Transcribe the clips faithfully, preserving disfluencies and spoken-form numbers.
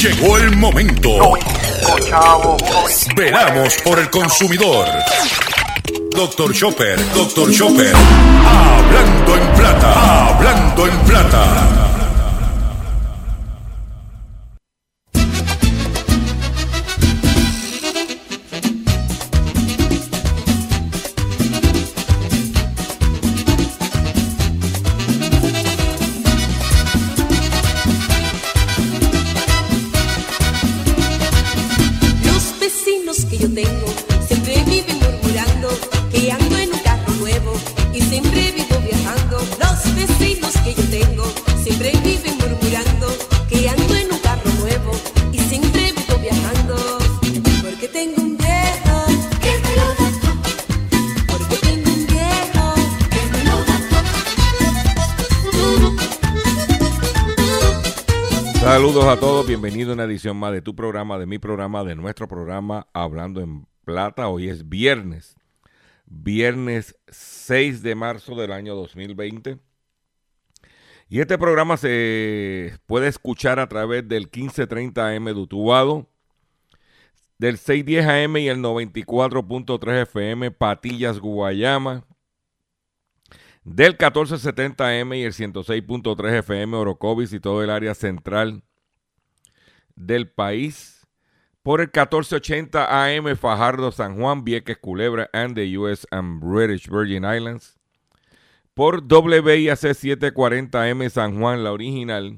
Llegó el momento. Velamos por el consumidor. Doctor Chopper, Doctor Chopper. Hablando en plata, hablando en plata. Saludos a todos, bienvenidos a una edición más de tu programa, de mi programa, de nuestro programa Hablando en Plata. Hoy es viernes, viernes seis de marzo del año dos mil veinte. Y este programa se puede escuchar a través del quince treinta A M de Utuado, del seiscientos diez A M y el noventa y cuatro punto tres F M Patillas, Guayama, del catorce setenta A M y el ciento seis punto tres F M Orocovis y todo el área central del país, por el catorce ochenta A M Fajardo, San Juan, Vieques, Culebra and the U S and British Virgin Islands, por W I A C setecientos cuarenta A M San Juan, la original,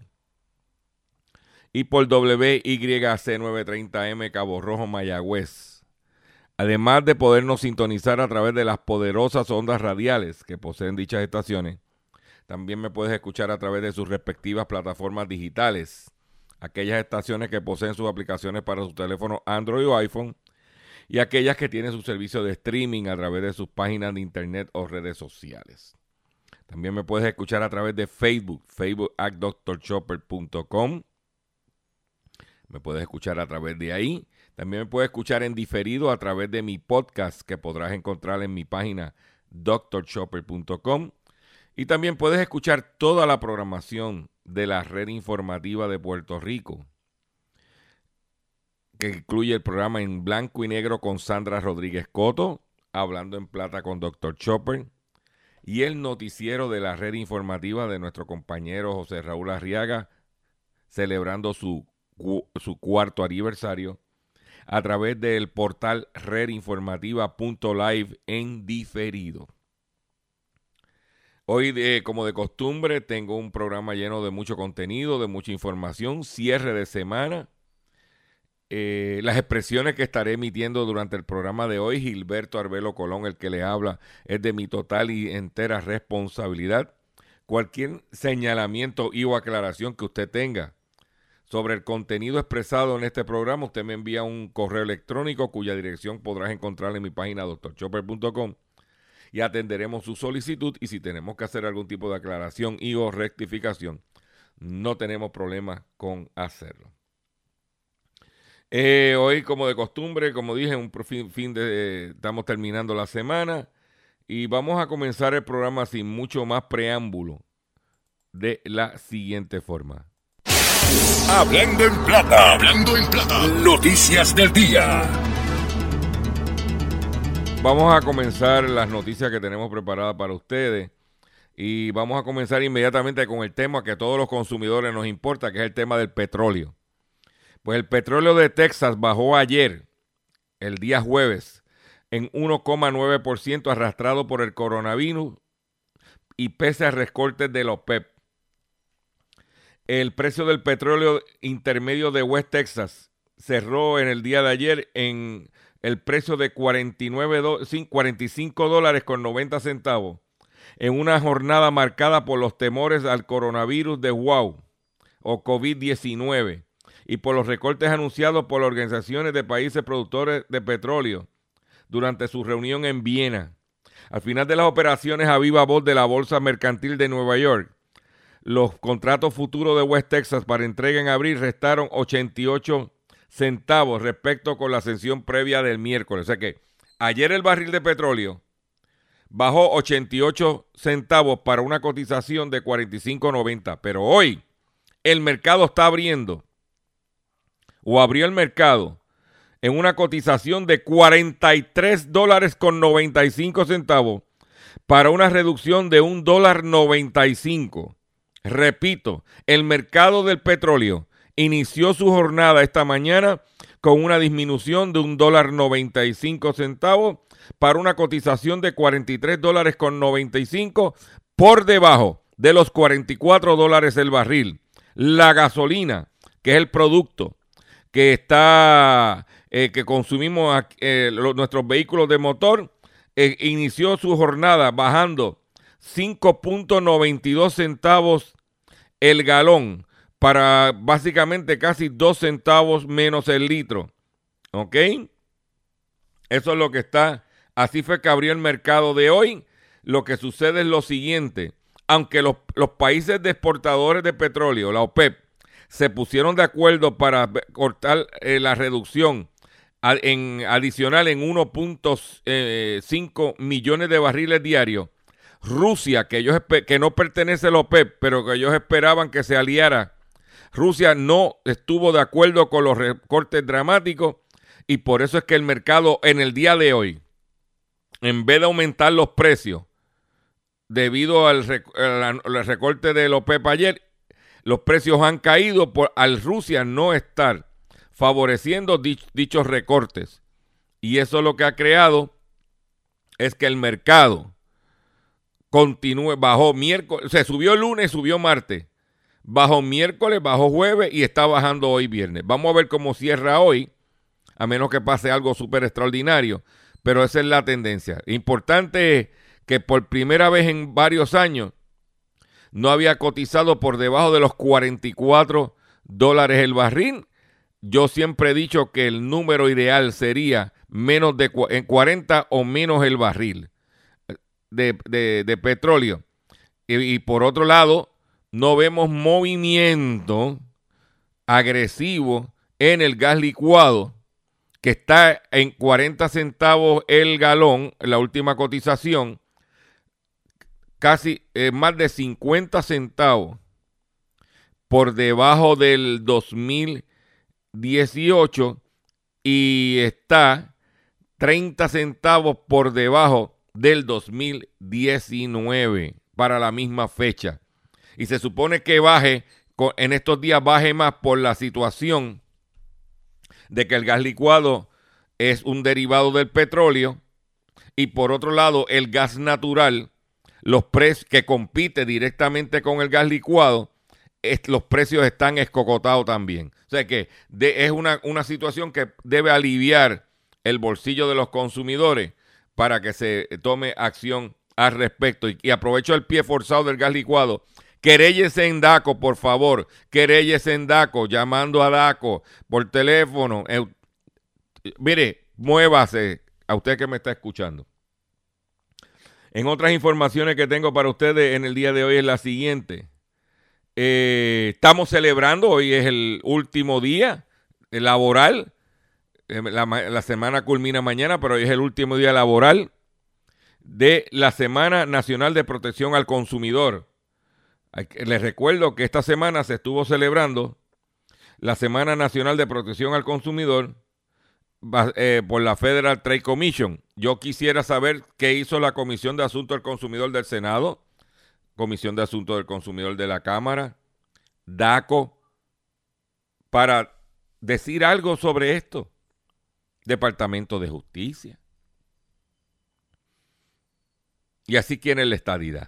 y por W Y A C novecientos treinta A M Cabo Rojo, Mayagüez. Además de podernos sintonizar a través de las poderosas ondas radiales que poseen dichas estaciones, también me puedes escuchar a través de sus respectivas plataformas digitales, aquellas estaciones que poseen sus aplicaciones para su teléfono Android o iPhone y aquellas que tienen su servicio de streaming a través de sus páginas de internet o redes sociales. También me puedes escuchar a través de Facebook, facebook at doctor chopper punto com. Me puedes escuchar a través de ahí. También me puedes escuchar en diferido a través de mi podcast que podrás encontrar en mi página doctor chopper punto com. Y también puedes escuchar toda la programación de la red informativa de Puerto Rico, que incluye el programa En Blanco y Negro con Sandra Rodríguez Coto, Hablando en Plata con doctor Chopper, y el noticiero de la red informativa de nuestro compañero José Raúl Arriaga, celebrando su, su cuarto aniversario, a través del portal red informativa punto live en diferido. Hoy, de, como de costumbre, tengo un programa lleno de mucho contenido, de mucha información, cierre de semana. Eh, las expresiones que estaré emitiendo durante el programa de hoy, Gilberto Arbelo Colón, el que le habla, es de mi total y entera responsabilidad. Cualquier señalamiento y o aclaración que usted tenga sobre el contenido expresado en este programa, usted me envía un correo electrónico cuya dirección podrás encontrar en mi página doctor chopper punto com y atenderemos su solicitud, y si tenemos que hacer algún tipo de aclaración y o rectificación, no tenemos problema con hacerlo. Eh, hoy, como de costumbre, como dije, un fin, fin de, eh, estamos terminando la semana y vamos a comenzar el programa sin mucho más preámbulo de la siguiente forma. Hablando en plata, hablando en plata. Noticias del día. Vamos a comenzar las noticias que tenemos preparadas para ustedes y vamos a comenzar inmediatamente con el tema que a todos los consumidores nos importa, que es el tema del petróleo. Pues el petróleo de Texas bajó ayer, el día jueves, en uno coma nueve por ciento arrastrado por el coronavirus y pese a recortes de la OPEP. El precio del petróleo intermedio de West Texas cerró en el día de ayer en el precio de cuarenta y nueve do- cuarenta y cinco dólares con noventa centavos, en una jornada marcada por los temores al coronavirus de wow o COVID diecinueve y por los recortes anunciados por las organizaciones de países productores de petróleo durante su reunión en Viena. Al final de las operaciones a viva voz de la Bolsa Mercantil de Nueva York, los contratos futuros de West Texas para entrega en abril restaron ochenta y ocho centavos respecto con la sesión previa del miércoles. O sea que ayer el barril de petróleo bajó ochenta y ocho centavos para una cotización de cuarenta y cinco noventa, pero hoy el mercado está abriendo o abrió el mercado en una cotización de cuarenta y tres dólares con noventa y cinco centavos para una reducción de un dólar noventa y cinco. Repito, el mercado del petróleo inició su jornada esta mañana con una disminución de un dólar noventa y cinco centavos para una cotización de cuarenta y tres dólares con noventa y cinco por debajo de los cuarenta y cuatro dólares el barril. La gasolina, que es el producto que está eh, que consumimos eh, los, nuestros vehículos de motor, eh, inició su jornada bajando cinco punto noventa y dos centavos el galón para básicamente casi dos centavos menos el litro. ¿Ok? Eso es lo que está. Así fue que abrió el mercado de hoy. Lo que sucede es lo siguiente. Aunque los, los países de exportadores de petróleo, la OPEP, se pusieron de acuerdo para cortar eh, la reducción a, en, adicional en uno punto cinco millones de barriles diarios, Rusia, que, ellos, que no pertenece a la OPEP, pero que ellos esperaban que se aliara, Rusia no estuvo de acuerdo con los recortes dramáticos y por eso es que el mercado en el día de hoy, en vez de aumentar los precios debido al, rec al recorte de la OPEP ayer, los precios han caído por al Rusia no estar favoreciendo dich dichos recortes. Y eso lo que ha creado es que el mercado continúe, bajó miércoles, se subió lunes, subió martes, bajó miércoles, bajó jueves y está bajando hoy viernes. Vamos a ver cómo cierra hoy, a menos que pase algo súper extraordinario, pero esa es la tendencia. Importante es que por primera vez en varios años no había cotizado por debajo de los cuarenta y cuatro dólares el barril. Yo siempre he dicho que el número ideal sería menos de cuarenta o menos el barril de, de, de petróleo. Y, y por otro lado, no vemos movimiento agresivo en el gas licuado, que está en cuarenta centavos el galón, la última cotización, casi eh, más de cincuenta centavos por debajo del dos mil dieciocho y está treinta centavos por debajo del dos mil diecinueve para la misma fecha. Y se supone que baje, en estos días baje más por la situación de que el gas licuado es un derivado del petróleo y por otro lado el gas natural, los precios que compite directamente con el gas licuado, es, los precios están escocotados también. O sea que de, es una, una situación que debe aliviar el bolsillo de los consumidores para que se tome acción al respecto. Y, y aprovecho el pie forzado del gas licuado. Queréllese en DACO, por favor. Queréllese en DACO, llamando a DACO por teléfono. Eh, mire, muévase a usted que me está escuchando. En otras informaciones que tengo para ustedes en el día de hoy es la siguiente. Eh, estamos celebrando, hoy es el último día laboral. Eh, la, la semana culmina mañana, pero hoy es el último día laboral de la Semana Nacional de Protección al Consumidor. Les recuerdo que esta semana se estuvo celebrando la Semana Nacional de Protección al Consumidor eh, por la Federal Trade Commission. Yo quisiera saber qué hizo la Comisión de Asuntos del Consumidor del Senado, Comisión de Asuntos del Consumidor de la Cámara, DACO, para decir algo sobre esto. Departamento de Justicia. Y así quieren la estadidad.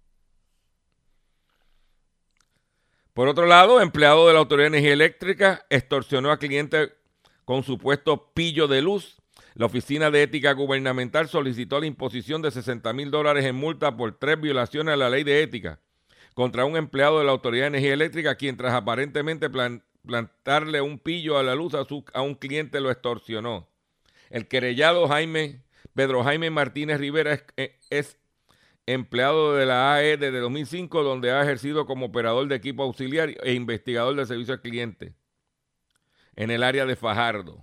Por otro lado, empleado de la Autoridad de Energía Eléctrica extorsionó a cliente con supuesto pillo de luz. La Oficina de Ética Gubernamental solicitó la imposición de sesenta mil dólares en multa por tres violaciones a la ley de ética contra un empleado de la Autoridad de Energía Eléctrica, quien tras aparentemente plan, plantarle un pillo a la luz a, su, a un cliente lo extorsionó. El querellado Jaime, Pedro Jaime Martínez Rivera es, es empleado de la A E desde dos mil cinco, donde ha ejercido como operador de equipo auxiliar e investigador de servicio al cliente en el área de Fajardo.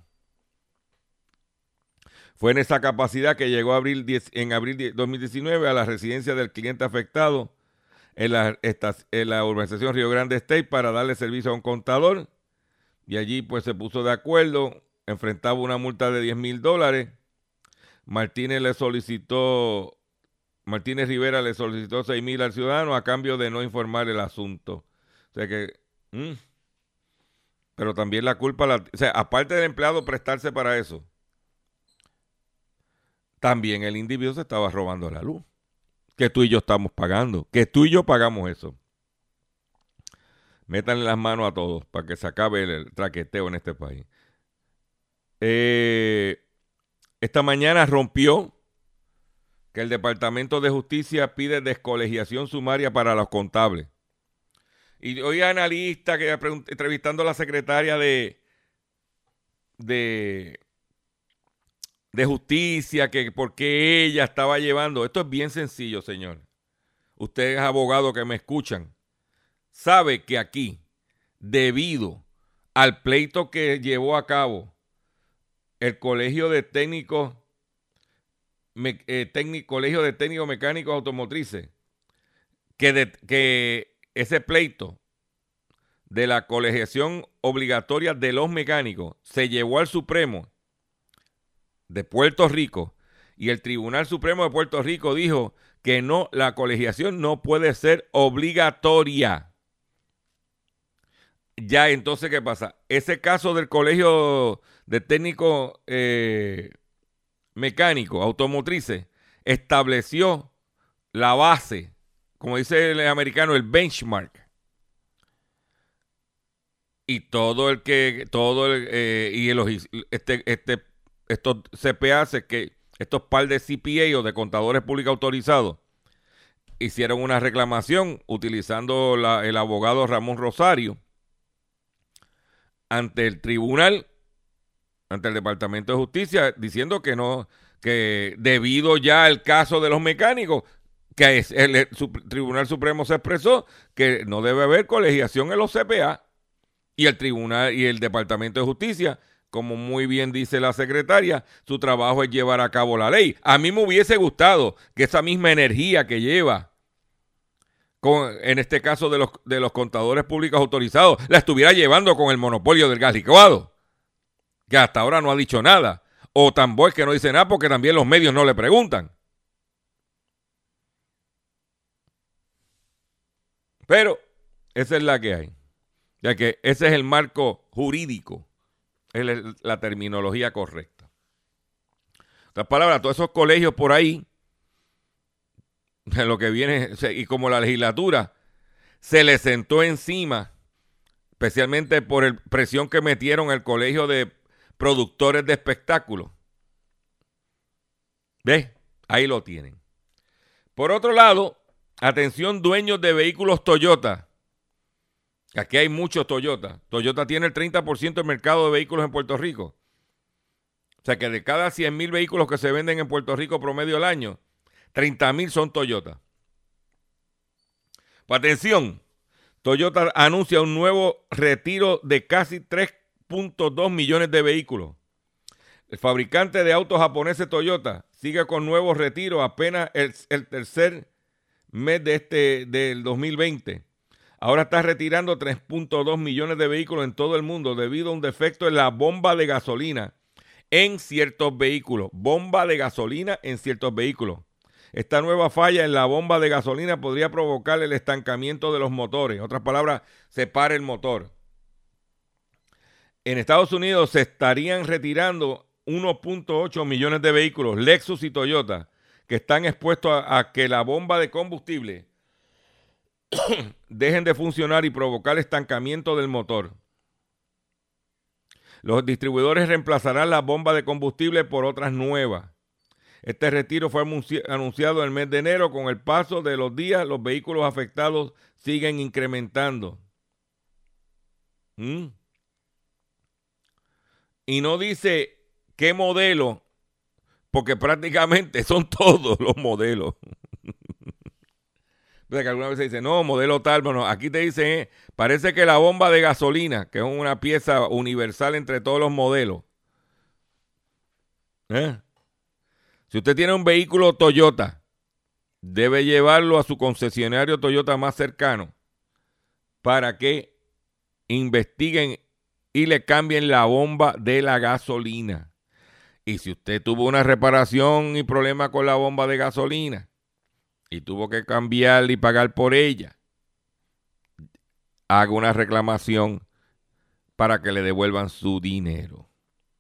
Fue en esa capacidad que llegó a abril diez, en abril de dos mil diecinueve a la residencia del cliente afectado en la, esta, en la urbanización Río Grande State para darle servicio a un contador. y allí pues se puso de acuerdo, enfrentaba una multa de diez mil dólares. Martínez le solicitó, Martínez Rivera le solicitó seis mil al ciudadano a cambio de no informar el asunto. O sea que, mmm, pero también la culpa, la, o sea, aparte del empleado prestarse para eso, también el individuo se estaba robando la luz, que tú y yo estamos pagando, que tú y yo pagamos eso. Métanle las manos a todos para que se acabe el, el traqueteo en este país. Eh, esta mañana rompió que el Departamento de Justicia pide descolegiación sumaria para los contables. Y hoy analista que entrevistando a la secretaria de, de, de Justicia, que por qué ella estaba llevando. Esto es bien sencillo, señor. Ustedes, abogados que me escuchan, sabe que aquí, debido al pleito que llevó a cabo el Colegio de Técnicos, me, eh, técnico, Colegio de Técnicos Mecánicos Automotrices, que, de, que ese pleito de la colegiación obligatoria de los mecánicos se llevó al Supremo de Puerto Rico y el Tribunal Supremo de Puerto Rico dijo que no, la colegiación no puede ser obligatoria. Ya, entonces, ¿qué pasa? Ese caso del Colegio de Técnicos eh, Mecánicos Automotrices estableció la base, como dice el americano, el benchmark. Y todo el que, todo el, eh, y el, este, este, estos C P A, que estos par de C P A o de contadores públicos autorizados, hicieron una reclamación utilizando la, el abogado Ramón Rosario ante el tribunal, ante el Departamento de Justicia, diciendo que no, que debido ya al caso de los mecánicos, que es el, el, el Tribunal Supremo se expresó que no debe haber colegiación en los C P A. Y el tribunal y el Departamento de Justicia, como muy bien dice la secretaria, su trabajo es llevar a cabo la ley. A mí me hubiese gustado que esa misma energía que lleva, con, en este caso de los, de los contadores públicos autorizados, la estuviera llevando con el monopolio del gas licuado, que hasta ahora no ha dicho nada. O Tamboy, que no dice nada porque también los medios no le preguntan. Pero esa es la que hay. Ya que ese es el marco jurídico, es la terminología correcta. En otras palabras, todos esos colegios por ahí, lo que viene, y como la legislatura se le sentó encima, especialmente por la presión que metieron el colegio de productores de espectáculos. ¿Ves? Ahí lo tienen. Por otro lado, atención dueños de vehículos Toyota. Aquí hay muchos Toyota. Toyota tiene el treinta por ciento del mercado de vehículos en Puerto Rico. O sea que de cada cien mil vehículos que se venden en Puerto Rico promedio al año, treinta mil son Toyota. Pues atención, Toyota anuncia un nuevo retiro de casi tres punto dos millones de vehículos. El fabricante de autos japonés Toyota sigue con nuevos retiros apenas el, el tercer mes de este, del dos mil veinte. Ahora está retirando tres punto dos millones de vehículos en todo el mundo debido a un defecto en la bomba de gasolina en ciertos vehículos. Bomba de gasolina en ciertos vehículos. Esta nueva falla en la bomba de gasolina podría provocar el estancamiento de los motores. En otras palabras, se para el motor. En Estados Unidos se estarían retirando uno punto ocho millones de vehículos, Lexus y Toyota, que están expuestos a, a que la bomba de combustible dejen de funcionar y provocar estancamiento del motor. Los distribuidores reemplazarán las bombas de combustible por otras nuevas. Este retiro fue anunciado en el mes de enero. Con el paso de los días, los vehículos afectados siguen incrementando. ¿Mm? Y no dice qué modelo, porque prácticamente son todos los modelos. O sea, que alguna vez se dice, no, modelo tal, bueno, aquí te dicen, eh, parece que la bomba de gasolina, que es una pieza universal entre todos los modelos. ¿Eh? Si usted tiene un vehículo Toyota, debe llevarlo a su concesionario Toyota más cercano para que investiguen y le cambien la bomba de la gasolina. Y si usted tuvo una reparación y problema con la bomba de gasolina y tuvo que cambiarla y pagar por ella, haga una reclamación para que le devuelvan su dinero.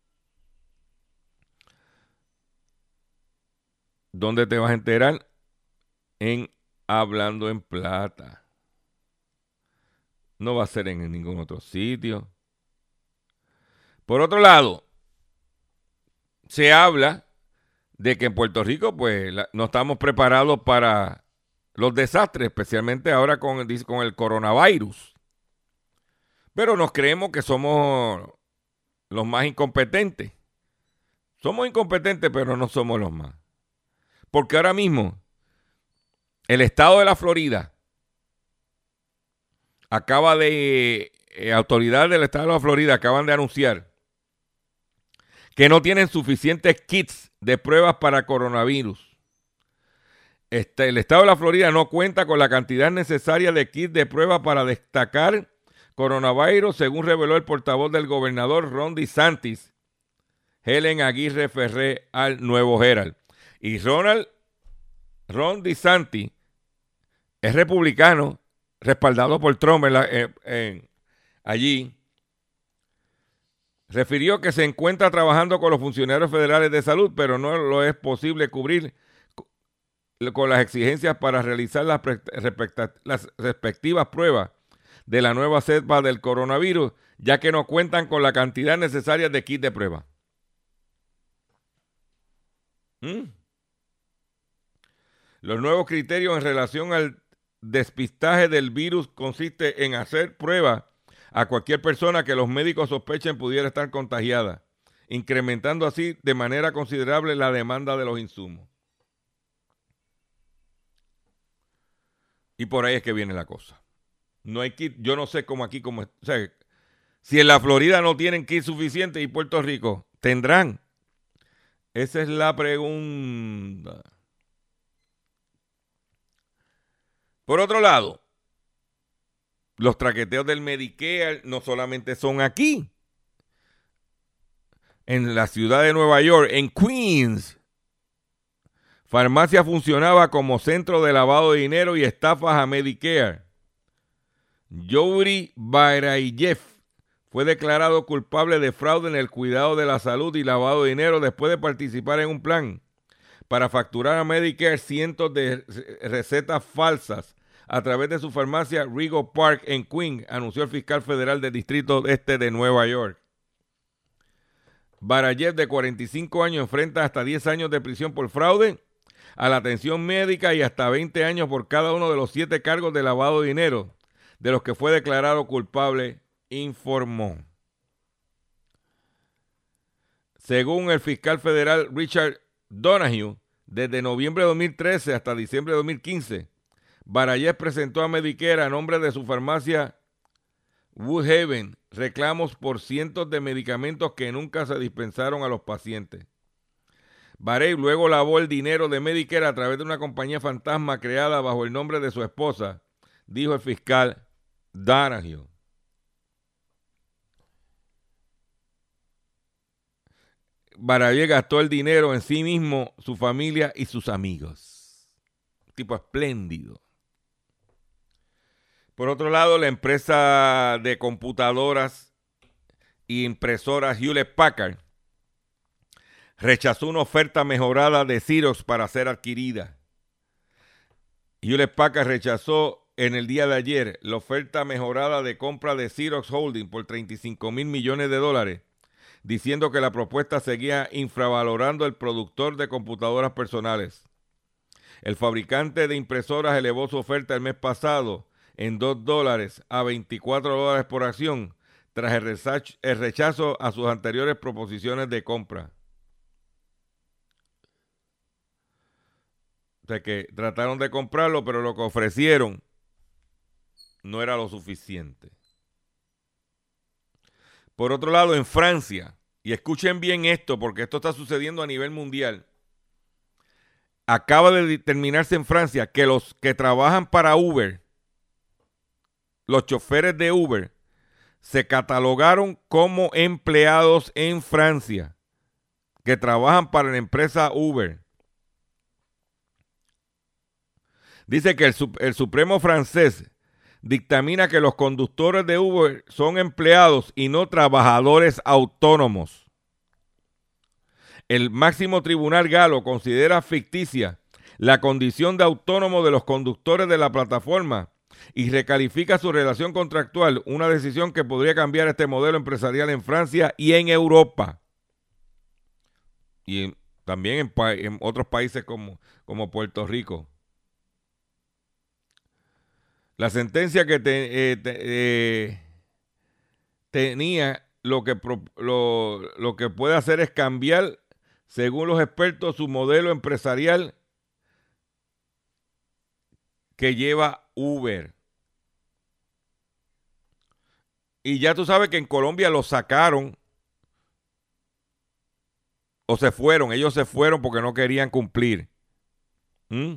¿Dónde te vas a enterar? En Hablando en Plata. No va a ser en ningún otro sitio. Por otro lado, se habla de que en Puerto Rico pues la, no estamos preparados para los desastres, especialmente ahora con, con el coronavirus. Pero nos creemos que somos los más incompetentes. Somos incompetentes, pero no somos los más. Porque ahora mismo el estado de la Florida acaba de, eh, autoridades del estado de la Florida acaban de anunciar que no tienen suficientes kits de pruebas para coronavirus. Este, el estado de la Florida no cuenta con la cantidad necesaria de kits de pruebas para destacar coronavirus, según reveló el portavoz del gobernador Ron DeSantis, Helen Aguirre Ferré, al Nuevo Herald. Y Ronald, Ron DeSantis es republicano, respaldado por Trump en la, en, en, allí. Refirió que se encuentra trabajando con los funcionarios federales de salud, pero no lo es posible cubrir con las exigencias para realizar las, las respectivas pruebas de la nueva cepa del coronavirus, ya que no cuentan con la cantidad necesaria de kits de prueba. ¿Mm? Los nuevos criterios en relación al despistaje del virus consiste en hacer pruebas a cualquier persona que los médicos sospechen pudiera estar contagiada, incrementando así de manera considerable la demanda de los insumos. Y por ahí es que viene la cosa. No hay kit, yo no sé cómo aquí, como, o sea, si en la Florida no tienen kit suficiente y Puerto Rico tendrán. Esa es la pregunta. Por otro lado, los traqueteos del Medicare no solamente son aquí. En la ciudad de Nueva York, en Queens, farmacia funcionaba como centro de lavado de dinero y estafas a Medicare. Yuri Barayev fue declarado culpable de fraude en el cuidado de la salud y lavado de dinero después de participar en un plan para facturar a Medicare cientos de recetas falsas a través de su farmacia Rego Park en Queens, anunció el fiscal federal del Distrito Este de Nueva York. Barayev, de cuarenta y cinco años, enfrenta hasta diez años de prisión por fraude a la atención médica y hasta veinte años por cada uno de los siete cargos de lavado de dinero, de los que fue declarado culpable, informó. Según el fiscal federal Richard Donahue, desde noviembre de dos mil trece hasta diciembre de dos mil quince, Barayev presentó a Medicare a nombre de su farmacia Woodhaven reclamos por cientos de medicamentos que nunca se dispensaron a los pacientes. Barayev luego lavó el dinero de Medicare a través de una compañía fantasma creada bajo el nombre de su esposa, dijo el fiscal Donahue. Barayev gastó el dinero en sí mismo, su familia y sus amigos. Tipo espléndido. Por otro lado, la empresa de computadoras e impresoras Hewlett Packard rechazó una oferta mejorada de Xerox para ser adquirida. Hewlett Packard rechazó en el día de ayer la oferta mejorada de compra de Xerox Holding por treinta y cinco mil millones de dólares, diciendo que la propuesta seguía infravalorando el productor de computadoras personales. El fabricante de impresoras elevó su oferta el mes pasado en dos dólares a veinticuatro dólares por acción, tras el rechazo, el rechazo a sus anteriores proposiciones de compra. O sea que trataron de comprarlo, pero lo que ofrecieron no era lo suficiente. Por otro lado, en Francia, y escuchen bien esto, porque esto está sucediendo a nivel mundial, acaba de determinarse en Francia que los que trabajan para Uber, los choferes de Uber, se catalogaron como empleados en Francia que trabajan para la empresa Uber. Dice que el, el Supremo francés dictamina que los conductores de Uber son empleados y no trabajadores autónomos. El máximo tribunal galo considera ficticia la condición de autónomo de los conductores de la plataforma y recalifica su relación contractual, una decisión que podría cambiar este modelo empresarial en Francia y en Europa. Y en, también en, pa en otros países como, como Puerto Rico. La sentencia que te, eh, te, eh, tenía lo que, pro, lo, lo que puede hacer es cambiar, según los expertos, su modelo empresarial que lleva Uber. Y ya tú sabes que en Colombia lo sacaron o se fueron. Ellos se fueron porque no querían cumplir. ¿Mm?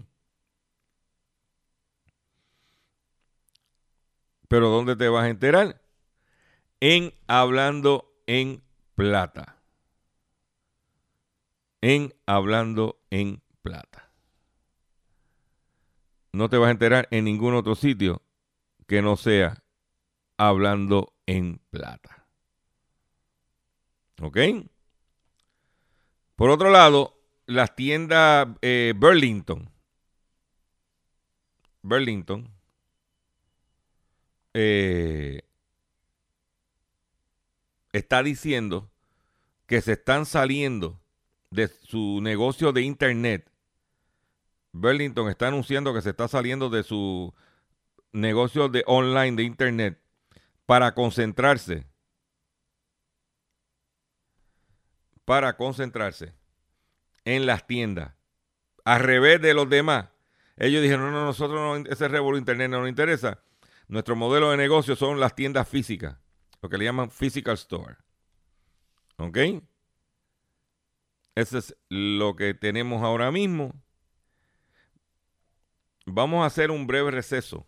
Pero ¿dónde te vas a enterar? En Hablando en Plata. En Hablando en Plata. No te vas a enterar en ningún otro sitio que no sea Hablando en Plata. ¿Ok? Por otro lado, las tiendas eh, Burlington. Burlington. Eh, está diciendo que se están saliendo de su negocio de internet. Burlington está anunciando que se está saliendo de su negocio de online de internet para concentrarse para concentrarse en las tiendas, al revés de los demás. Ellos dijeron, no, no, nosotros no, ese revolú internet no nos interesa. Nuestro modelo de negocio son las tiendas físicas, lo que le llaman physical store. ¿Ok? Eso es lo que tenemos ahora mismo. Vamos a hacer un breve receso.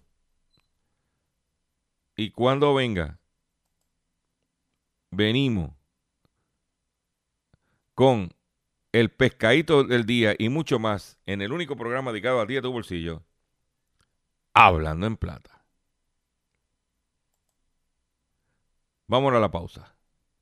Y cuando venga, venimos con el pescadito del día y mucho más en el único programa dedicado a ti y a tu bolsillo, Hablando en Plata. Vámonos a la pausa.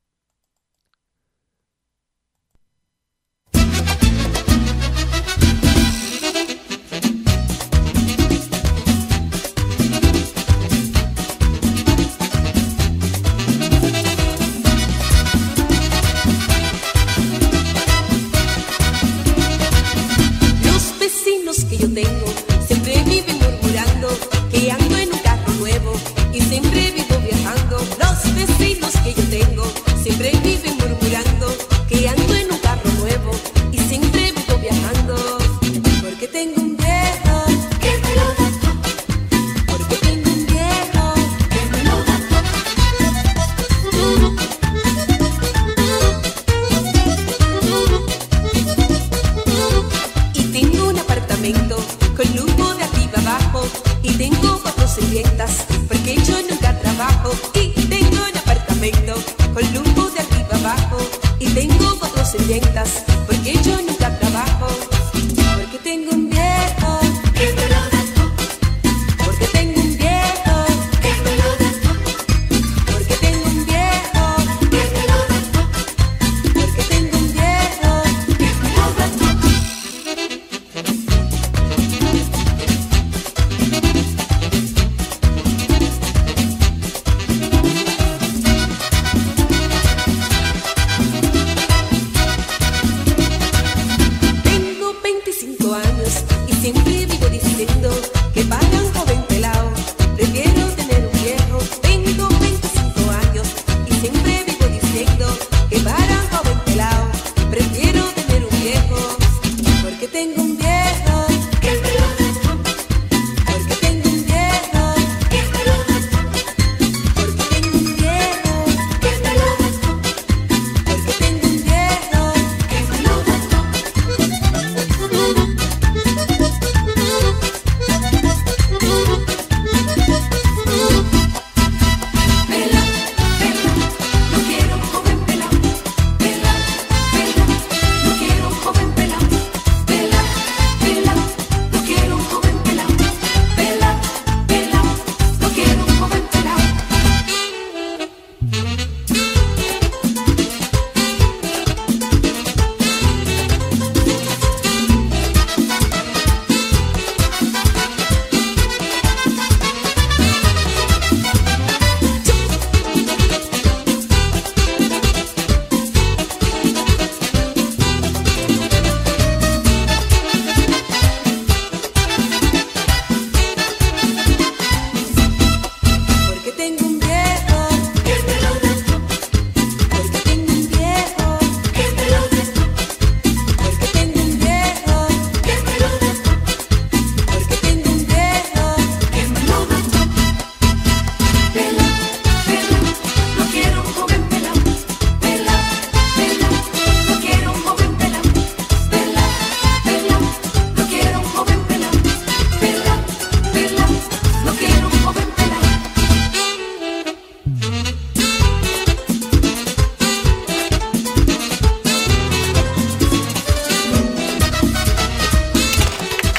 Que yo tengo, siempre viven murmurando que ando en un carro nuevo y siempre vivo viajando. Los vecinos que yo tengo, siempre viven murmurando que ando en un carro nuevo y siempre vivo viajando. Porque tengo un viejo que me lo gastó. Porque tengo un viejo que me lo gastó. Y tengo un apartamento con lujo de arriba abajo y tengo cuatro sirvientas porque yo nunca trabajo. Y tengo un apartamento con lujo de arriba abajo y tengo cuatro sirvientas porque yo nunca trabajo. Porque tengo un viejo que me lo gastó. Porque tengo un viejo que me lo gastó. Porque tengo un viejo que me lo gastó. Porque tengo un viejo que me lo gastó.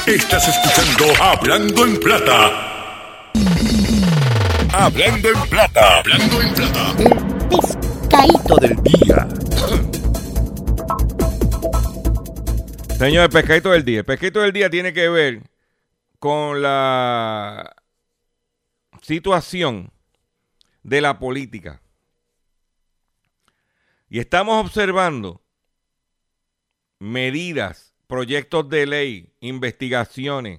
Estás escuchando Hablando en Plata. Hablando en Plata. Hablando en Plata. El pescadito del día. Señor, el pescadito del día. El pescadito del día tiene que ver con la situación de la política. Y estamos observando medidas, proyectos de ley, investigaciones,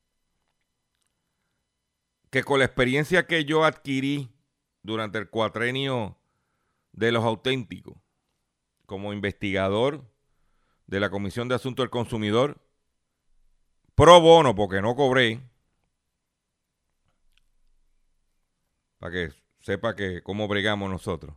que con la experiencia que yo adquirí durante el cuatrenio de los auténticos, como investigador de la Comisión de Asuntos del Consumidor, pro bono, porque no cobré, para que sepa que cómo bregamos nosotros.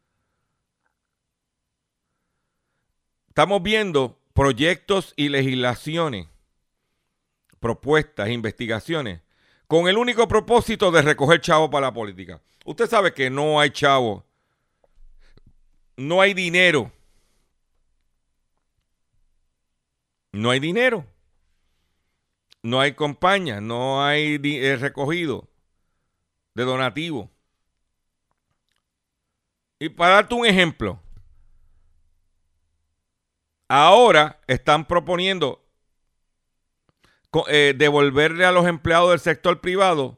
Estamos viendo proyectos y legislaciones, propuestas, investigaciones, con el único propósito de recoger chavo para la política. Usted sabe que no hay chavo, no hay dinero, no hay dinero, no hay campaña, no hay eh, recogido de donativo. Y para darte un ejemplo, ahora están proponiendo eh, devolverle a los empleados del sector privado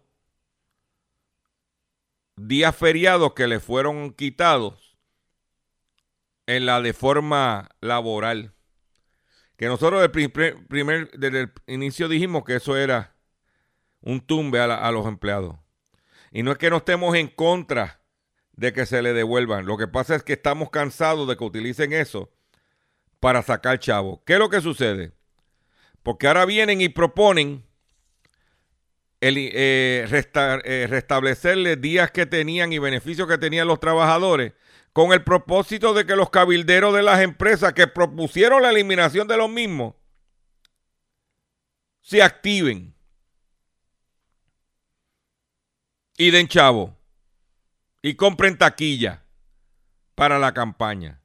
días feriados que les fueron quitados en la de forma laboral. Que nosotros desde el primer, desde el inicio dijimos que eso era un tumbe a, la, a los empleados. Y no es que no estemos en contra de que se le devuelvan. Lo que pasa es que estamos cansados de que utilicen eso para sacar chavo. ¿Qué es lo que sucede? Porque ahora vienen y proponen el, eh, resta, eh, restablecerles días que tenían y beneficios que tenían los trabajadores con el propósito de que los cabilderos de las empresas que propusieron la eliminación de los mismos se activen y den chavo y compren taquilla para la campaña.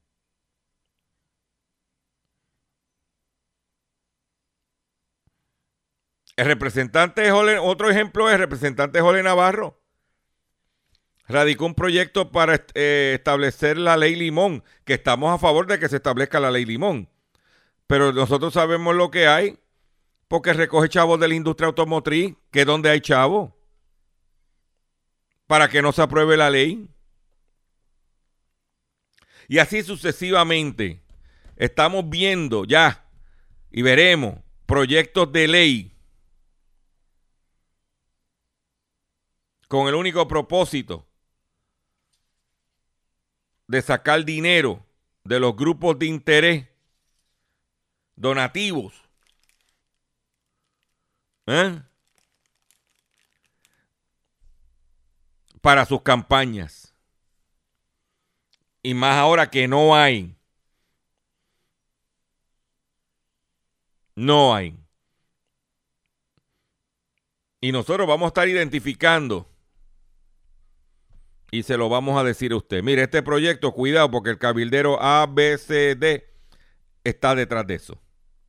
El representante Jole, otro ejemplo es el representante Jole Navarro. Radicó un proyecto para eh, establecer la ley Limón, que estamos a favor de que se establezca la ley Limón. Pero nosotros sabemos lo que hay, porque recoge chavos de la industria automotriz, que es donde hay chavos, para que no se apruebe la ley. Y así sucesivamente. Estamos viendo ya y veremos proyectos de ley con el único propósito de sacar dinero de los grupos de interés donativos, ¿eh? para sus campañas. Y más ahora que no hay. No hay. Y nosotros vamos a estar identificando y se lo vamos a decir a usted. Mire, este proyecto, cuidado, porque el cabildero A, B, C, D está detrás de eso.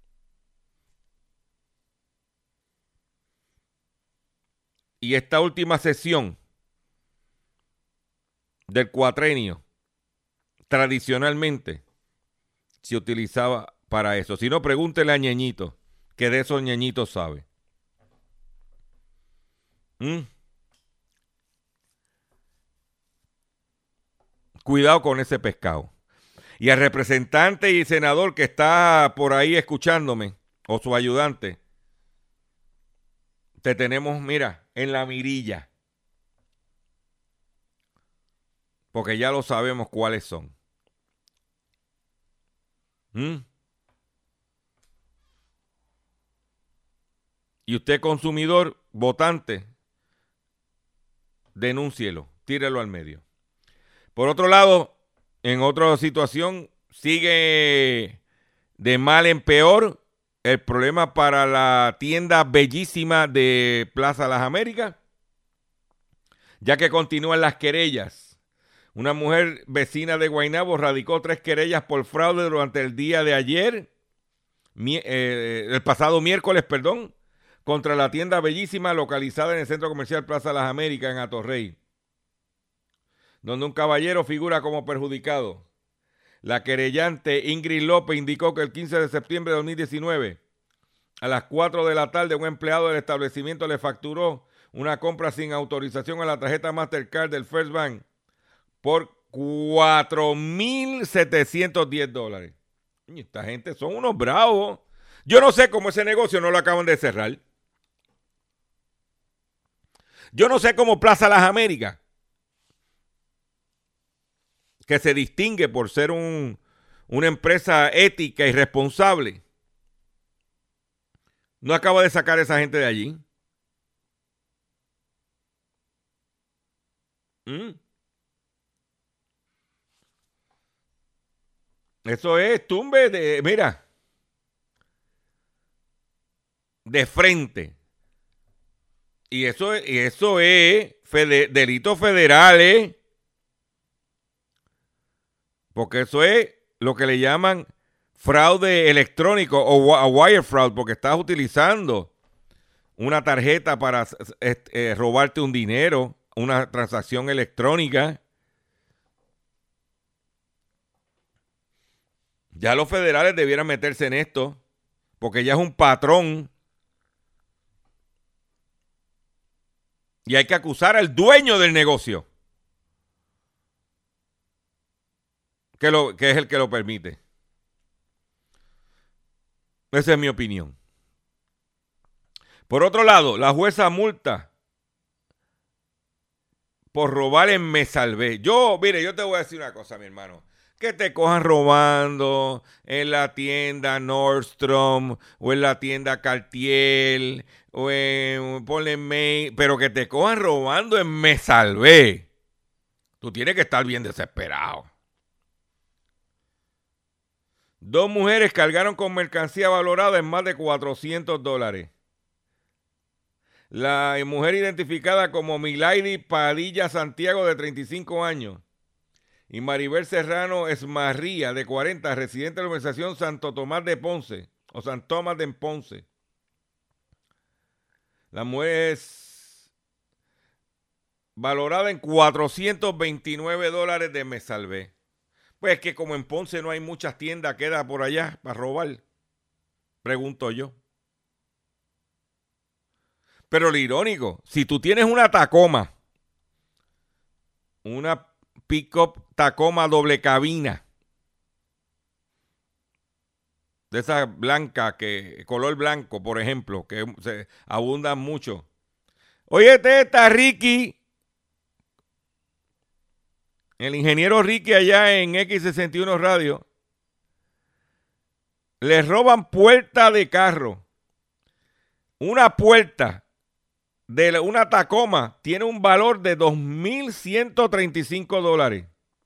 Y esta última sesión del cuatrenio, tradicionalmente, se utilizaba para eso. Si no, pregúntele a Ñeñito, que de esos Ñeñitos sabe. ¿Mm? Cuidado con ese pescado. Y al representante y senador que está por ahí escuchándome, o su ayudante, te tenemos, mira, en la mirilla. Porque ya lo sabemos cuáles son. ¿Mm? Y usted, consumidor, votante, denúncielo, tírelo al medio. Por otro lado, en otra situación, sigue de mal en peor el problema para la tienda bellísima de Plaza Las Américas, ya que continúan las querellas. Una mujer vecina de Guaynabo radicó tres querellas por fraude durante el día de ayer, mi, eh, el pasado miércoles, perdón, contra la tienda Bellísima localizada en el Centro Comercial Plaza Las Américas en Atorrey, donde un caballero figura como perjudicado. La querellante Ingrid López indicó que el quince de septiembre de dos mil diecinueve, a las cuatro de la tarde, un empleado del establecimiento le facturó una compra sin autorización a la tarjeta Mastercard del First Bank por cuatro mil setecientos diez dólares. Y esta gente son unos bravos. Yo no sé cómo ese negocio no lo acaban de cerrar. Yo no sé cómo Plaza Las Américas, que se distingue por ser un, una empresa ética y responsable, no acaba de sacar a esa gente de allí. ¿Mm? Eso es tumbe de, mira, de frente. Y eso, y eso es fede, delitos federales. Porque eso es lo que le llaman fraude electrónico o wire fraud, porque estás utilizando una tarjeta para eh, robarte un dinero, una transacción electrónica. Ya los federales debieran meterse en esto, porque ya es un patrón. Y hay que acusar al dueño del negocio, que, lo, que es el que lo permite. Esa es mi opinión. Por otro lado, la jueza multa por robar en Me Salvé. Yo, mire, yo te voy a decir una cosa, mi hermano. Que te cojan robando en la tienda Nordstrom o en la tienda Cartier o en, ponle May, pero que te cojan robando en Me Salvé. Tú tienes que estar bien desesperado. Dos mujeres cargaron con mercancía valorada en más de cuatrocientos dólares. La mujer identificada como Milady Padilla Santiago, de treinta y cinco años, y Maribel Serrano Esmarría, de cuarenta, residente de la organización Santo Tomás de Ponce, o San Tomás de Ponce. La mujer es valorada en cuatrocientos veintinueve dólares de Me Salvé. Pues que como en Ponce no hay muchas tiendas, queda por allá para robar, pregunto yo. Pero lo irónico, si tú tienes una Tacoma, una pick-up Tacoma doble cabina, de esa blanca, que color blanco, por ejemplo, que se abundan mucho. Oye, este está Ricky, el ingeniero Ricky allá en X sesenta y uno Radio. Le roban puerta de carro. Una puerta de una Tacoma tiene un valor de dos mil ciento treinta y cinco dólares.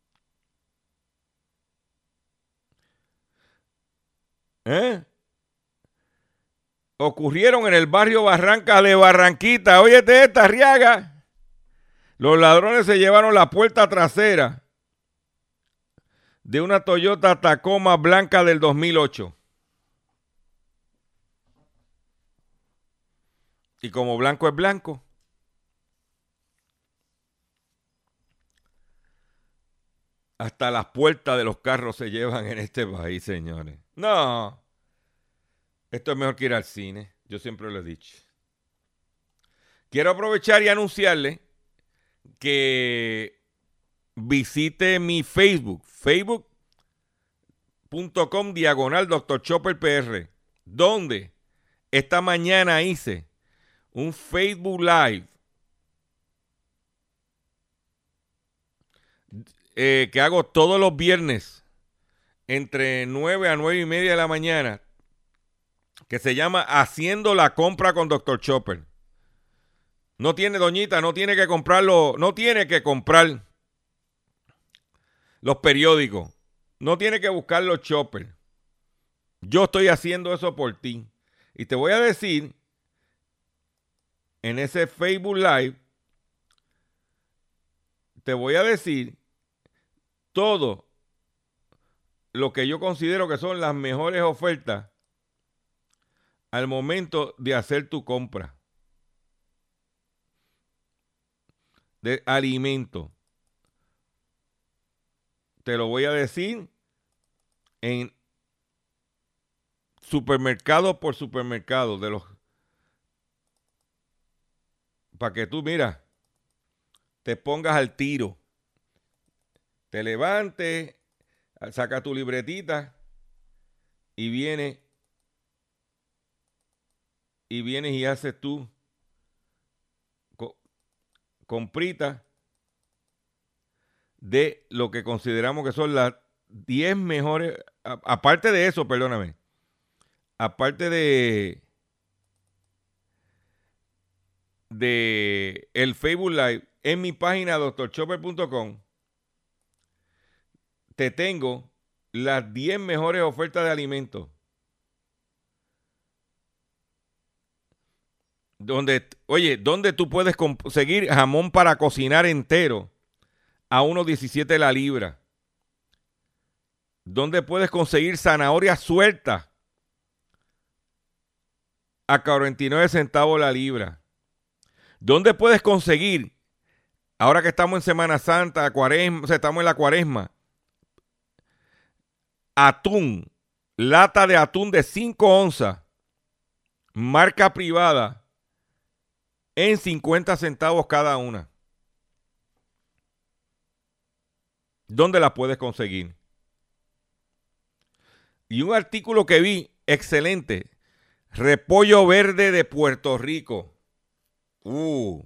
¿Eh? Ocurrieron en el barrio Barranca de Barranquita. Óyete esta, Arriaga. Los ladrones se llevaron la puerta trasera de una Toyota Tacoma blanca del dos mil ocho. Y como blanco es blanco, hasta las puertas de los carros se llevan en este país, señores. No, esto es mejor que ir al cine. Yo siempre lo he dicho. Quiero aprovechar y anunciarle que visite mi Facebook, facebook punto com diagonal doctor Chopper P R, donde esta mañana hice un Facebook Live eh, que hago todos los viernes entre nueve a nueve y media de la mañana, que se llama Haciendo la Compra con doctor Chopper. No tiene, doñita, no tiene que comprarlo, no tiene que comprar los periódicos, no tiene que buscar los Chopper. Yo estoy haciendo eso por ti. Y te voy a decir, en ese Facebook Live, te voy a decir todo lo que yo considero que son las mejores ofertas al momento de hacer tu compra de alimento. Te lo voy a decir en supermercado por supermercado, de los para que tú, mira, te pongas al tiro, te levantes, saca tu libretita y vienes y vienes y haces tú co- comprita de lo que consideramos que son las diez mejores, a- aparte de eso, perdóname, aparte de de el Facebook Live, en mi página doctor chopper punto com te tengo las diez mejores ofertas de alimentos. Donde, oye, donde tú puedes conseguir jamón para cocinar entero a uno diecisiete la libra. Donde puedes conseguir zanahoria suelta a cuarenta y nueve centavos la libra. Donde puedes conseguir, ahora que estamos en Semana Santa, cuaresma, o sea, estamos en la cuaresma, atún, lata de atún de cinco onzas, marca privada, en cincuenta centavos cada una. ¿Dónde la puedes conseguir? Y un artículo que vi, excelente, repollo verde de Puerto Rico. Uh.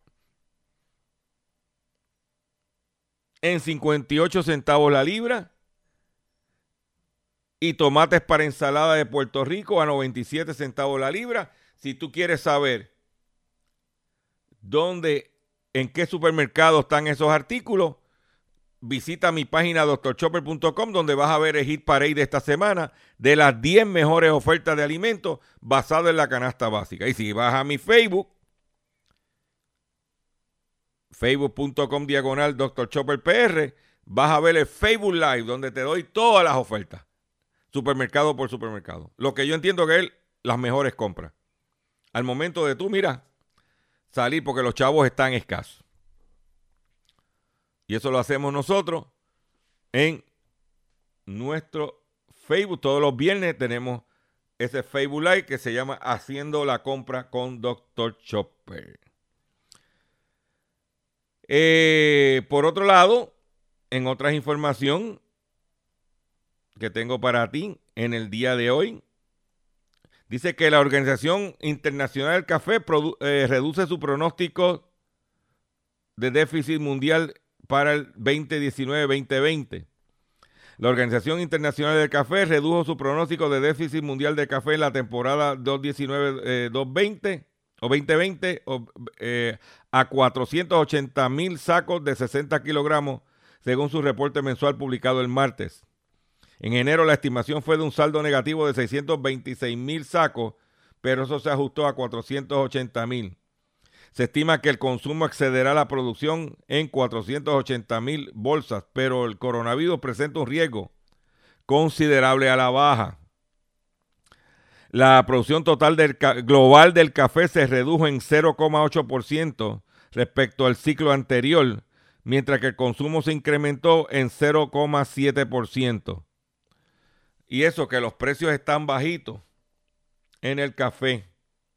En cincuenta y ocho centavos la libra. Y tomates para ensalada de Puerto Rico a noventa y siete centavos la libra. Si tú quieres saber dónde, en qué supermercado están esos artículos, visita mi página doctor chopper punto com, donde vas a ver el hit parade de esta semana de las diez mejores ofertas de alimentos basado en la canasta básica. Y si vas a mi Facebook, facebook punto com diagonal doctor chopper P R, vas a ver el Facebook Live, donde te doy todas las ofertas, supermercado por supermercado. Lo que yo entiendo que es las mejores compras. Al momento de tú, mira, salir, porque los chavos están escasos. Y eso lo hacemos nosotros en nuestro Facebook. Todos los viernes tenemos ese Facebook Live que se llama Haciendo la Compra con doctor Chopper. Eh, por otro lado, en otras información que tengo para ti en el día de hoy, dice que la Organización Internacional del Café produ- eh, reduce su pronóstico de déficit mundial para el veinte diecinueve veinte veinte. La Organización Internacional del Café redujo su pronóstico de déficit mundial de café en la temporada dos diecinueve dos veinte o veinte veinte o, eh, a cuatrocientos ochenta mil sacos de sesenta kilogramos, según su reporte mensual publicado el martes. En enero la estimación fue de un saldo negativo de seiscientos veintiséis mil sacos, pero eso se ajustó a cuatrocientos ochenta mil. Se estima que el consumo excederá la producción en cuatrocientos ochenta mil bolsas, pero el coronavirus presenta un riesgo considerable a la baja. La producción total del ca- global del café se redujo en cero coma ocho por ciento respecto al ciclo anterior, mientras que el consumo se incrementó en cero coma siete por ciento. Y eso que los precios están bajitos en el café.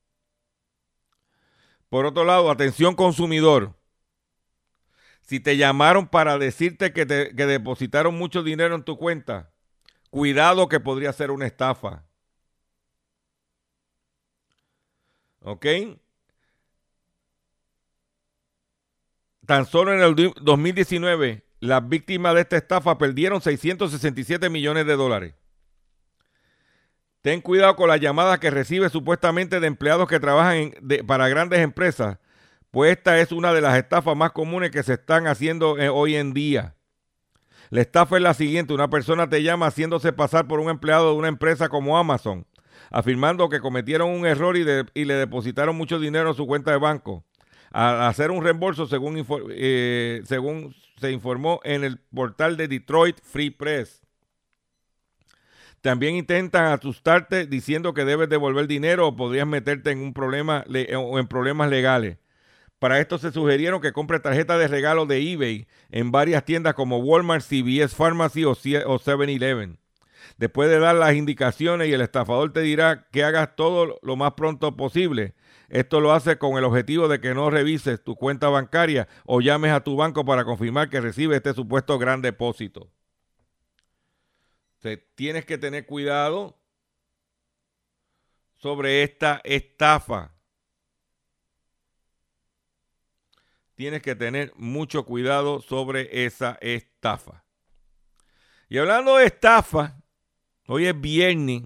Por otro lado, atención consumidor. Si te llamaron para decirte que, te, que depositaron mucho dinero en tu cuenta, cuidado que podría ser una estafa. ¿Ok? Tan solo en el dos mil diecinueve, las víctimas de esta estafa perdieron seiscientos sesenta y siete millones de dólares. Ten cuidado con las llamadas que recibes supuestamente de empleados que trabajan en, de, para grandes empresas, pues esta es una de las estafas más comunes que se están haciendo eh, hoy en día. La estafa es la siguiente: una persona te llama haciéndose pasar por un empleado de una empresa como Amazon, afirmando que cometieron un error y, de, y le depositaron mucho dinero en su cuenta de banco. Al hacer un reembolso, según, eh, según se informó en el portal de Detroit Free Press. También intentan asustarte diciendo que debes devolver dinero o podrías meterte en un problema le- o en problemas legales. Para esto se sugirieron que compre tarjetas de regalo de eBay en varias tiendas como Walmart, C V S Pharmacy o seven eleven. Después de dar las indicaciones y el estafador te dirá que hagas todo lo más pronto posible. Esto lo hace con el objetivo de que no revises tu cuenta bancaria o llames a tu banco para confirmar que recibes este supuesto gran depósito. Te tienes que tener cuidado sobre esta estafa. Tienes que tener mucho cuidado sobre esa estafa. Y hablando de estafa, hoy es viernes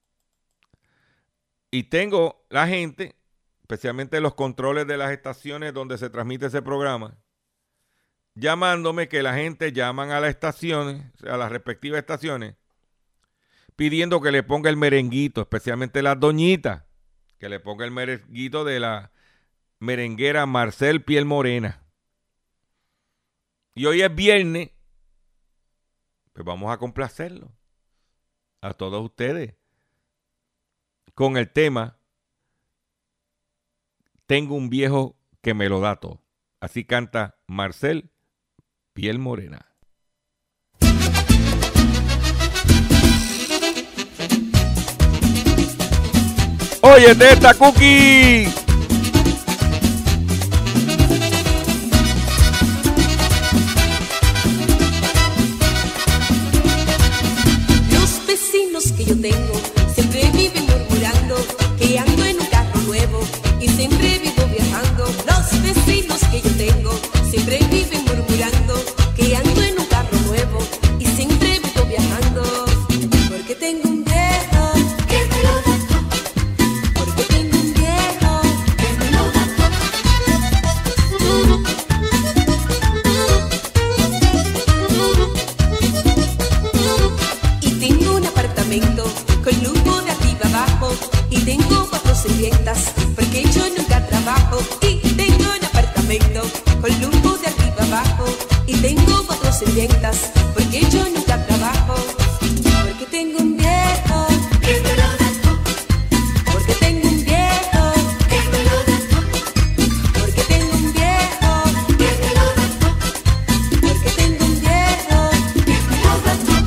y tengo la gente, especialmente los controles de las estaciones donde se transmite ese programa, llamándome que la gente llaman a las estaciones, a las respectivas estaciones, pidiendo que le ponga el merenguito, especialmente las doñitas, que le ponga el merenguito de la merenguera Marcel Piel Morena. Y hoy es viernes, pues vamos a complacerlo a todos ustedes con el tema Tengo un viejo que me lo da todo. Así canta Marcel Piel Morena. Oye, de esta cookie. Los vecinos que yo tengo siempre viven murmurando que ando en un carro nuevo y siempre vivo viajando. Los vecinos que yo tengo siempre viven murmurando que ando en un carro nuevo y siempre vivo viajando. Porque tengo un viejo que me lo da todo. Porque tengo un viejo que me lo da todo. Y tengo un apartamento con lujo de arriba abajo y tengo cuatro sirvientas porque yo nunca trabajo. Y tengo un apartamento con lujo de arriba abajo y tengo cuatro sirvientas porque yo nunca trabajo. Porque tengo un viejo que me lo da todo. Porque tengo un viejo que me lo da todo. Porque tengo un viejo que me lo da todo. Porque tengo un viejo que me lo da todo.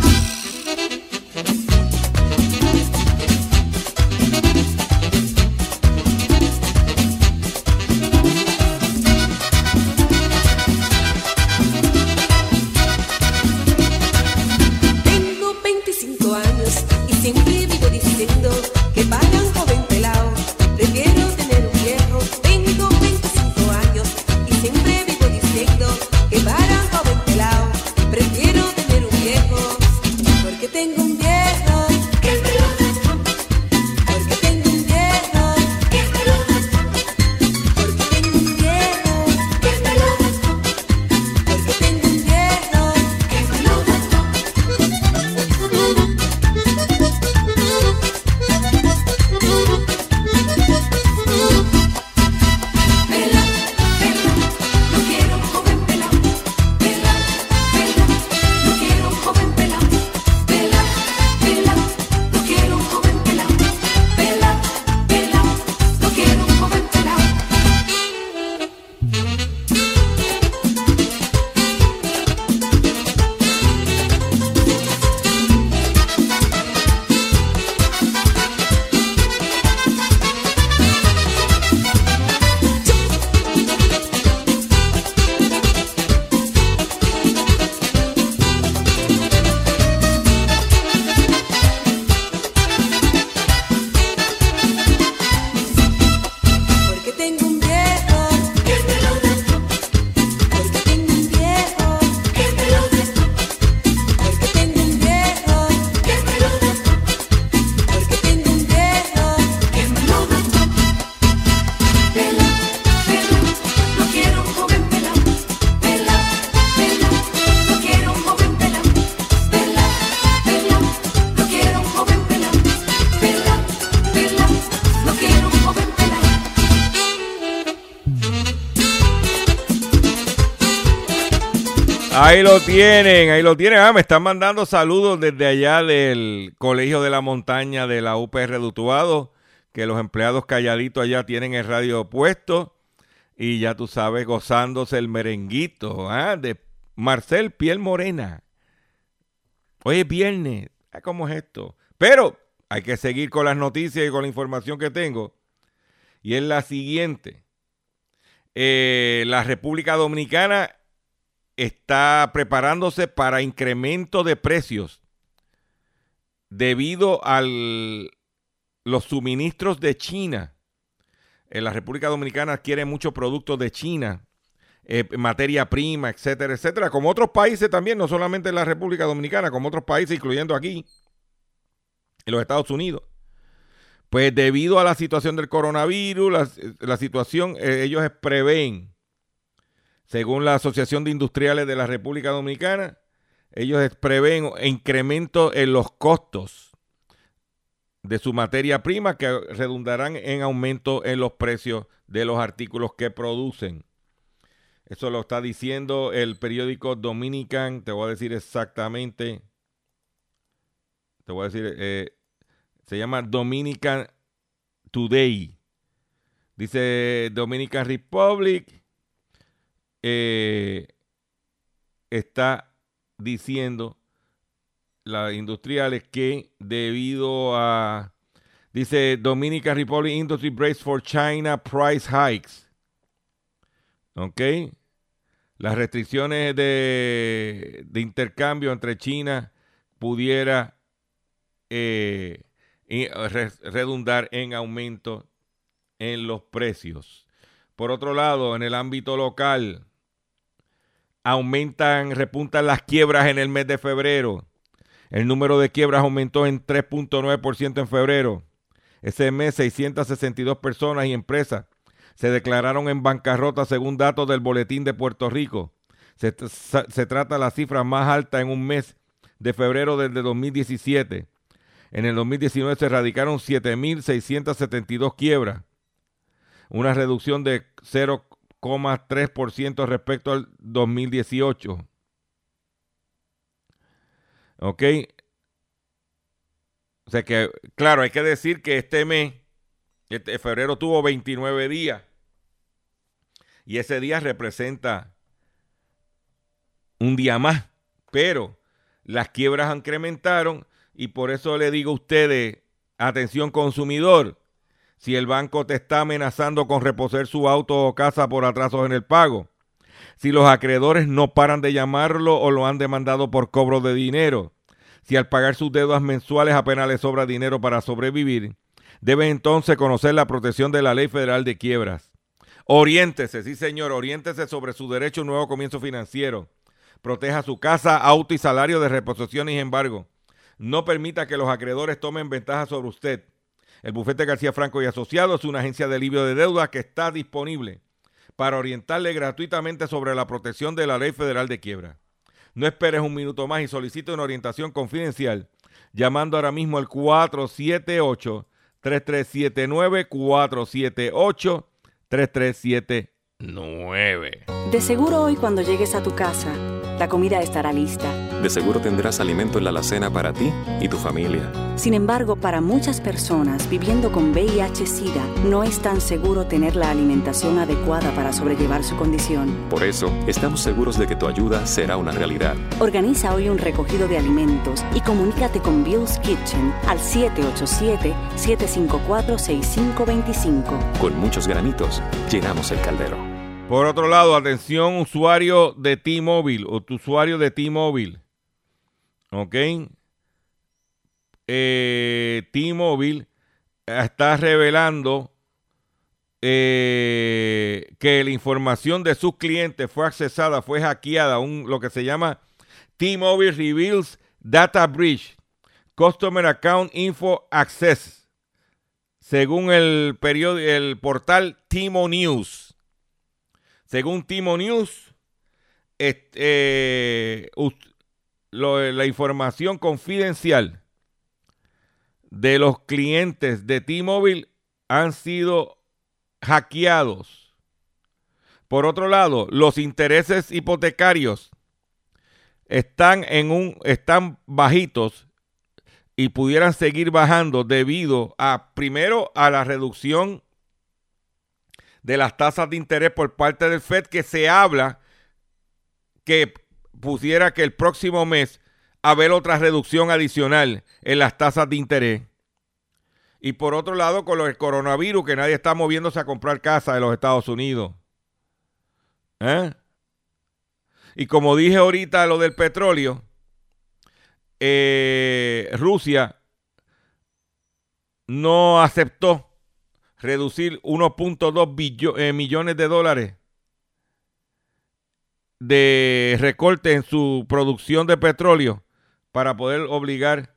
Ahí lo tienen, ahí lo tienen. Ah, me están mandando saludos desde allá del Colegio de la Montaña de la U P R de Utuado, que los empleados calladitos allá tienen el radio puesto y ya tú sabes, gozándose el merenguito, ¿ah? De Marcel Piel Morena. Hoy es viernes, ¿cómo es esto? Pero hay que seguir con las noticias y con la información que tengo. Y es la siguiente. Eh, la República Dominicana está preparándose para incremento de precios debido a los suministros de China. En la República Dominicana adquiere muchos productos de China, eh, materia prima, etcétera, etcétera, como otros países también, no solamente en la República Dominicana, como otros países, incluyendo aquí, en los Estados Unidos. Pues debido a la situación del coronavirus, la, la situación, eh, ellos prevén, según la Asociación de Industriales de la República Dominicana, ellos prevén incremento en los costos de su materia prima que redundarán en aumento en los precios de los artículos que producen. Eso lo está diciendo el periódico Dominican, te voy a decir exactamente, te voy a decir, eh, se llama Dominican Today. Dice Dominican Republic. Eh, está diciendo las industriales que debido a, dice Dominican Republic Industry Brace for China Price Hikes. Ok. Las restricciones de, de intercambio entre China pudiera eh, re, redundar en aumento en los precios. Por otro lado, en el ámbito local, aumentan, repuntan las quiebras en el mes de febrero. El número de quiebras aumentó en tres punto nueve por ciento en febrero. Ese mes, seiscientas sesenta y dos personas y empresas se declararon en bancarrota según datos del Boletín de Puerto Rico. Se, se trata de la cifra más alta en un mes de febrero desde dos mil diecisiete. En el dos mil diecinueve se erradicaron siete mil seiscientas setenta y dos quiebras, una reducción de cero coma tres por ciento respecto al dos mil dieciocho. ¿Ok? O sea que, claro, hay que decir que este mes, este febrero tuvo veintinueve días. Y ese día representa un día más. Pero las quiebras incrementaron y por eso le digo a ustedes, atención consumidor, si el banco te está amenazando con reposer su auto o casa por atrasos en el pago, si los acreedores no paran de llamarlo o lo han demandado por cobro de dinero, si al pagar sus deudas mensuales apenas le sobra dinero para sobrevivir, debe entonces conocer la protección de la Ley Federal de Quiebras. Oriéntese, sí señor, oriéntese sobre su derecho a un nuevo comienzo financiero. Proteja su casa, auto y salario de reposición y embargo. No permita que los acreedores tomen ventaja sobre usted. El Bufete García Franco y Asociados es una agencia de alivio de deuda que está disponible para orientarle gratuitamente sobre la protección de la Ley Federal de Quiebra. No esperes un minuto más y solicite una orientación confidencial llamando ahora mismo al cuatro siete ocho, tres tres siete nueve, cuatro siete ocho, tres tres siete nueve. De seguro hoy cuando llegues a tu casa, la comida estará lista. De seguro tendrás alimento en la alacena para ti y tu familia. Sin embargo, para muchas personas viviendo con V I H SIDA, no es tan seguro tener la alimentación adecuada para sobrellevar su condición. Por eso, estamos seguros de que tu ayuda será una realidad. Organiza hoy un recogido de alimentos y comunícate con Bill's Kitchen al siete ocho siete, siete cinco cuatro, seis cinco dos cinco. Con muchos granitos, llenamos el caldero. Por otro lado, atención usuario de T-Mobile o tu usuario de T-Mobile. ¿Ok? Eh, T-Mobile está revelando eh, que la información de sus clientes fue accesada, fue hackeada, un, lo que se llama T-Mobile Reveals Data Breach, Customer Account Info Access, según el, period- el portal T-Mo News. Según T-Mo News, este, eh, lo, la información confidencial de los clientes de T-Mobile han sido hackeados. Por otro lado, los intereses hipotecarios están en un están bajitos y pudieran seguir bajando debido a, primero, a la reducción de las tasas de interés por parte del Fed, que se habla que pusiera que el próximo mes haber otra reducción adicional en las tasas de interés. Y por otro lado, con el coronavirus, que nadie está moviéndose a comprar casa en los Estados Unidos. ¿Eh? Y como dije ahorita, lo del petróleo, eh, Rusia no aceptó reducir uno punto dos eh, millones de dólares de recorte en su producción de petróleo para poder obligar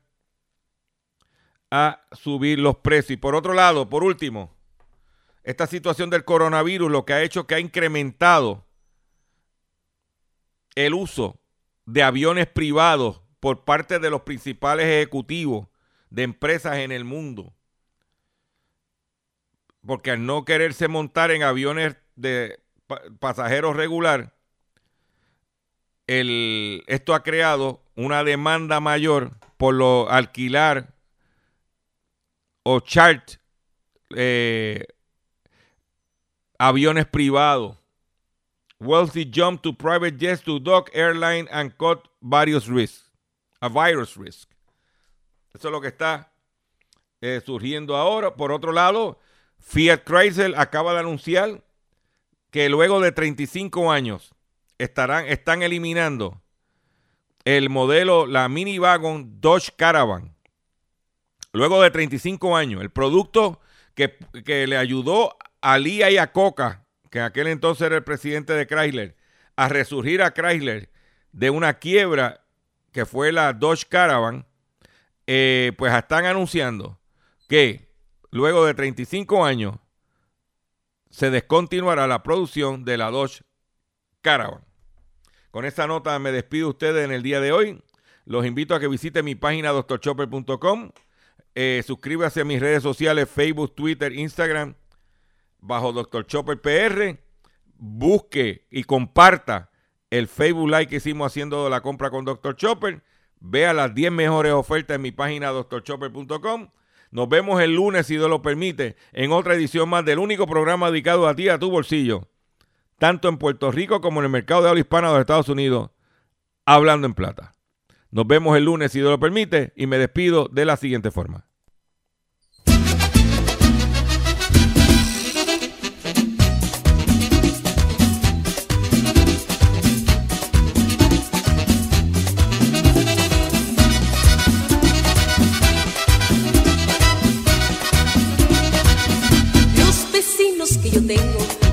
a subir los precios. Y por otro lado, por último, esta situación del coronavirus lo que ha hecho que ha incrementado el uso de aviones privados por parte de los principales ejecutivos de empresas en el mundo. Porque al no quererse montar en aviones de pasajeros regular, el, esto ha creado una demanda mayor por lo alquilar o chart eh, aviones privados. Wealthy jump to private jets to dock airline and cut various risks. A virus risk. Eso es lo que está eh, surgiendo ahora. Por otro lado, Fiat Chrysler acaba de anunciar que luego de treinta y cinco años estarán, están eliminando el modelo, la minivagon Dodge Caravan. Luego de treinta y cinco años, el producto que, que le ayudó a Lia y a Coca, que en aquel entonces era el presidente de Chrysler, a resurgir a Chrysler de una quiebra que fue la Dodge Caravan, eh, pues están anunciando que luego de treinta y cinco años se descontinuará la producción de la Dodge Caravan. Con esta nota me despido de ustedes en el día de hoy. Los invito a que visiten mi página doctor chopper punto com. Eh, suscríbase a mis redes sociales, Facebook, Twitter, Instagram, bajo doctor Chopper P R. Busque y comparta el Facebook Live que hicimos haciendo la compra con doctor Chopper. Vea las diez mejores ofertas en mi página doctor chopper punto com. Nos vemos el lunes, si Dios lo permite, en otra edición más del único programa dedicado a ti, a tu bolsillo, tanto en Puerto Rico como en el mercado de habla hispana de los Estados Unidos, Hablando en Plata. Nos vemos el lunes, si Dios lo permite, y me despido de la siguiente forma. Que yo tengo